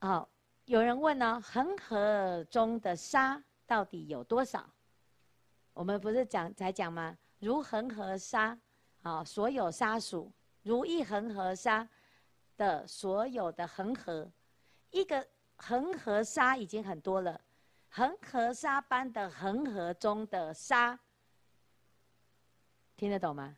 好，有人问呢，恒河中的沙到底有多少？我们不是才讲吗？如恒河沙，所有沙数，如一恒河沙的所有的恒河，一个恒河沙已经很多了，恒河沙般的恒河中的沙，听得懂吗？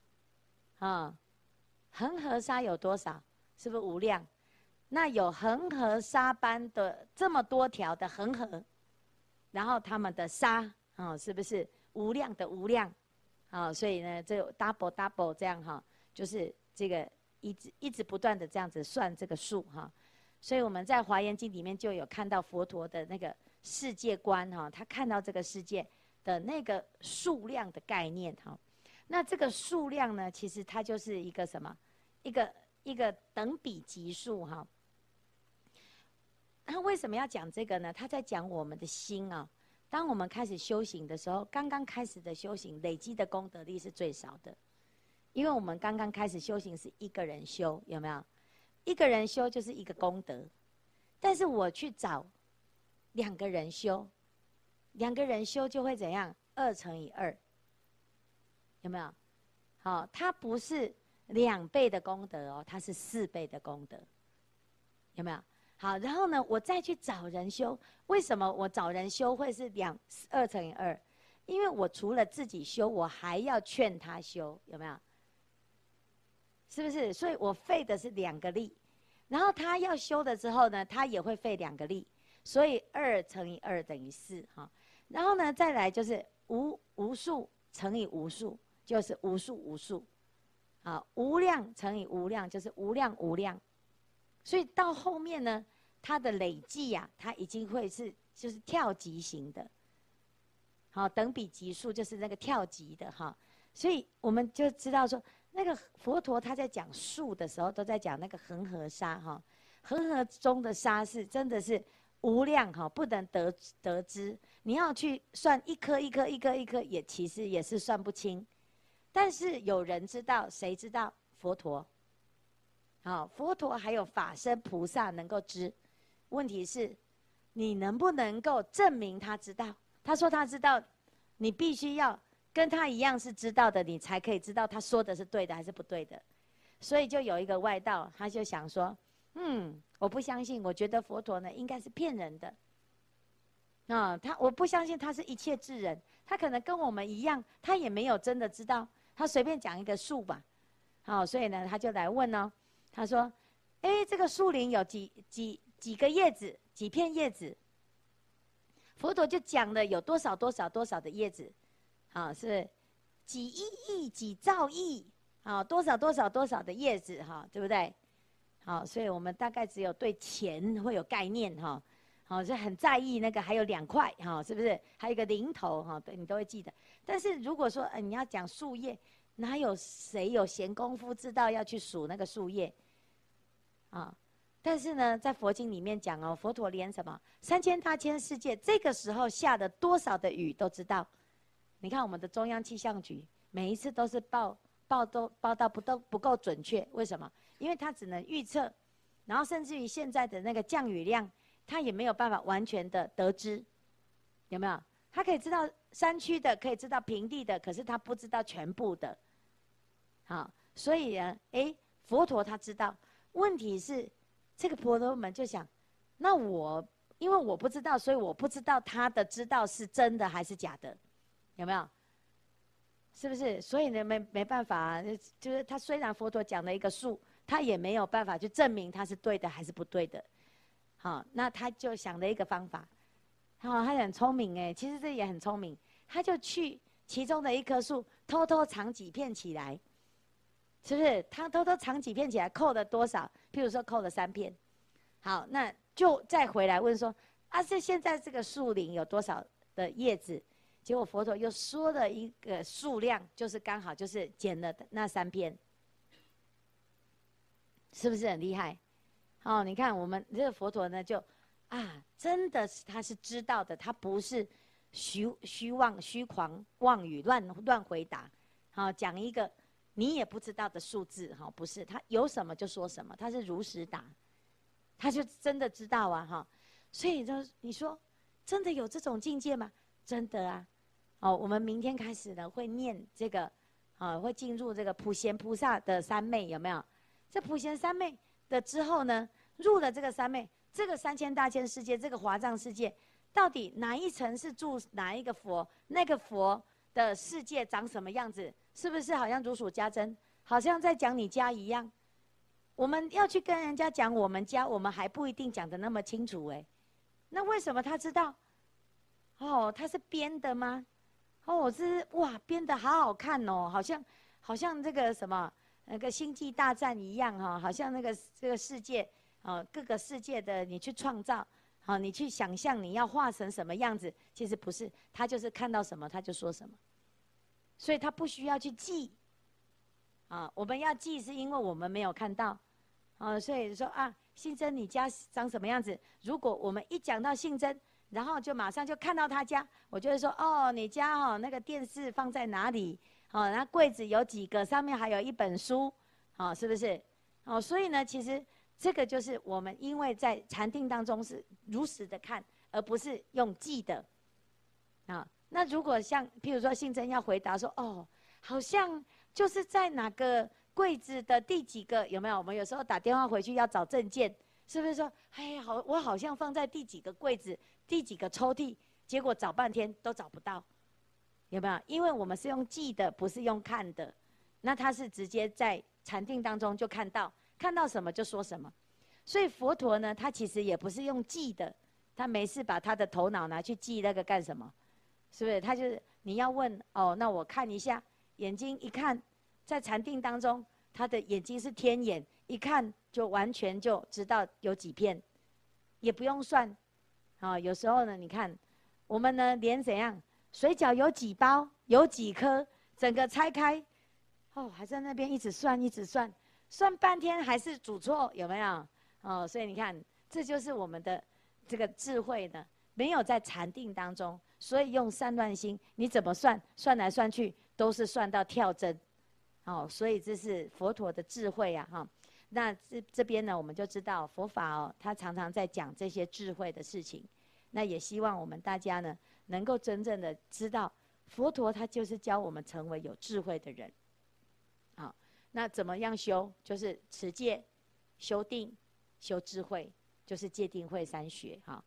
恒河沙有多少？是不是无量？那有恒河沙般的这么多条的恒河，然后他们的沙，是不是无量的无量？所以呢，这 double 这样就是这个一直不断的这样子算这个数所以我们在华严经里面就有看到佛陀的那个世界观他看到这个世界的那个数量的概念那这个数量呢，其实它就是一个什么？一个等比级数他为什么要讲这个呢？他在讲我们的心当我们开始修行的时候，刚刚开始的修行累积的功德力是最少的，因为我们刚刚开始修行是一个人修，有没有？一个人修就是一个功德，但是我去找两个人修，两个人修就会怎样？2乘以2，有没有？它不是2倍的功德它是4倍的功德，有没有？好，然后呢，我再去找人修。为什么我找人修会是2乘以2？因为我除了自己修，我还要劝他修，有没有？是不是？所以我费的是2个力，然后他要修的时候呢，他也会费2个力，所以2乘以2等于4然后呢，再来就是无数乘以无数，就是无数无数。无量乘以无量就是无量无量。所以到后面呢，它的累计它已经会就是跳级型的，等比级数就是那个跳级的所以我们就知道说，那个佛陀他在讲数的时候，都在讲那个恒河沙恒河中的沙是真的是无量不能得知。你要去算一颗一颗一颗一颗，其实也是算不清。但是有人知道，谁知道？佛陀。佛陀还有法身菩萨能够知，问题是，你能不能够证明他知道？他说他知道，你必须要跟他一样是知道的，你才可以知道他说的是对的还是不对的。所以就有一个外道，他就想说，我不相信，我觉得佛陀呢应该是骗人的。我不相信他是一切智人，他可能跟我们一样，他也没有真的知道，他随便讲一个数吧。所以呢，他就来问他说：“这个树林有几个叶子，几片叶子？”佛陀就讲了有多少多少多少的叶子，是几亿亿、几兆亿，多少多少多少的叶子，对不对？所以我们大概只有对钱会有概念就很在意那个还有2块是不是？还有一个零头对，你都会记得。但是如果说你要讲树叶，哪有谁有闲工夫知道要去数那个树叶？但是呢，在佛经里面讲佛陀连什么3000大千世界，这个时候下的多少的雨都知道。你看我们的中央气象局，每一次都是报道不够准确，为什么？因为它只能预测，然后甚至于现在的那个降雨量，它也没有办法完全的得知，有没有？它可以知道山区的，可以知道平地的，可是它不知道全部的。所以呢，佛陀他知道。问题是，这个婆罗门就想，那因为我不知道，所以我不知道他的知道是真的还是假的，有没有？是不是？所以呢，没办法就是他虽然佛陀讲了一个数，他也没有办法去证明他是对的还是不对的。那他就想了一个方法，他很聪明其实这也很聪明，他就去其中的一棵树偷偷藏几片起来。是不是他偷偷藏几片起来，扣了多少？譬如说扣了3片，好，那就再回来问说，现在这个树林有多少的叶子？结果佛陀又说了一个数量，就是刚好就是捡了那3片，是不是很厉害？你看我们这个佛陀呢，就真的是他是知道的，他不是虚妄、虚狂、妄语、乱回答，讲一个你也不知道的数字，不是他有什么就说什么，他是如实答。 他就真的知道啊哈。所以就你说真的有这种境界吗？真的啊。哦，我们明天开始呢会念这个，会进入这个普贤菩萨的三昧，有没有？这普贤三昧的之后呢，入了这个三昧，这个3000大千世界，这个华藏世界，到底哪一层是住哪一个佛？那个佛的世界长什么样子？是不是好像如数家珍，好像在讲你家一样？我们要去跟人家讲我们家，我们还不一定讲得那么清楚哎。那为什么他知道？哦，他是编的吗？哦，哇，编得好好看哦，好像这个什么那个星际大战一样哈，好像这个世界各个世界的你去创造，你去想象你要画成什么样子，其实不是，他就是看到什么他就说什么，所以他不需要去记。我们要记是因为我们没有看到，所以说啊，信真你家长什么样子？如果我们一讲到信真，然后就马上就看到他家，我就会说哦，你家那个电视放在哪里？然后柜子有几个，上面还有一本书，是不是？所以呢，其实这个就是我们因为在禅定当中是如实的看，而不是用记的。那如果像譬如说信真要回答说哦，好像就是在哪个柜子的第几个，有没有？我们有时候打电话回去要找证件，是不是说哎好，我好像放在第几个柜子？第几个抽屉，结果找半天都找不到，有没有？因为我们是用记的，不是用看的。那他是直接在禅定当中就看到，看到什么就说什么。所以佛陀呢，他其实也不是用记的，他没事把他的头脑拿去记那个干什么？是不是？他就是你要问哦，那我看一下，眼睛一看，在禅定当中，他的眼睛是天眼，一看就完全就知道有几片，也不用算。有时候呢，你看，我们呢连怎样，水饺有几包，有几颗，整个拆开，还在那边一直算，一直算，算半天还是煮错，有没有？所以你看，这就是我们的这个智慧呢，没有在禅定当中，所以用散乱心，你怎么算，算来算去都是算到跳针，所以这是佛陀的智慧啊，哈。那这边呢，我们就知道佛法他常常在讲这些智慧的事情。那也希望我们大家呢，能够真正的知道，佛陀他就是教我们成为有智慧的人。那怎么样修？就是持戒、修定、修智慧，就是戒定慧三学。